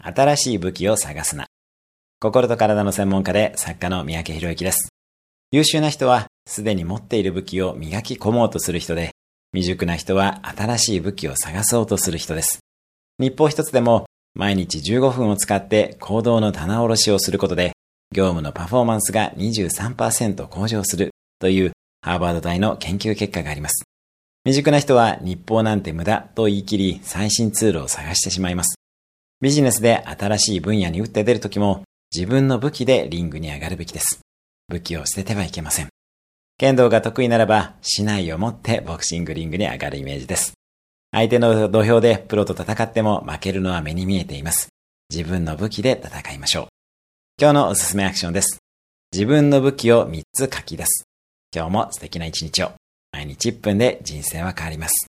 新しい武器を探すな。心と体の専門家で作家の三宅宏之です。優秀な人はすでに持っている武器を磨き込もうとする人で、未熟な人は新しい武器を探そうとする人です。日報一つでも毎日15分を使って行動の棚卸しをすることで、業務のパフォーマンスが 23% 向上するというハーバード大の研究結果があります。未熟な人は日報なんて無駄と言い切り最新ツールを探してしまいます。ビジネスで新しい分野に打って出るときも自分の武器でリングに上がるべきです。武器を捨ててはいけません。剣道が得意ならば竹刀を持ってボクシングリングに上がるイメージです。相手の土俵でプロと戦っても負けるのは目に見えています。自分の武器で戦いましょう。今日のおすすめアクションです。自分の武器を3つ書き出す。今日も素敵な一日を。毎日1分で人生は変わります。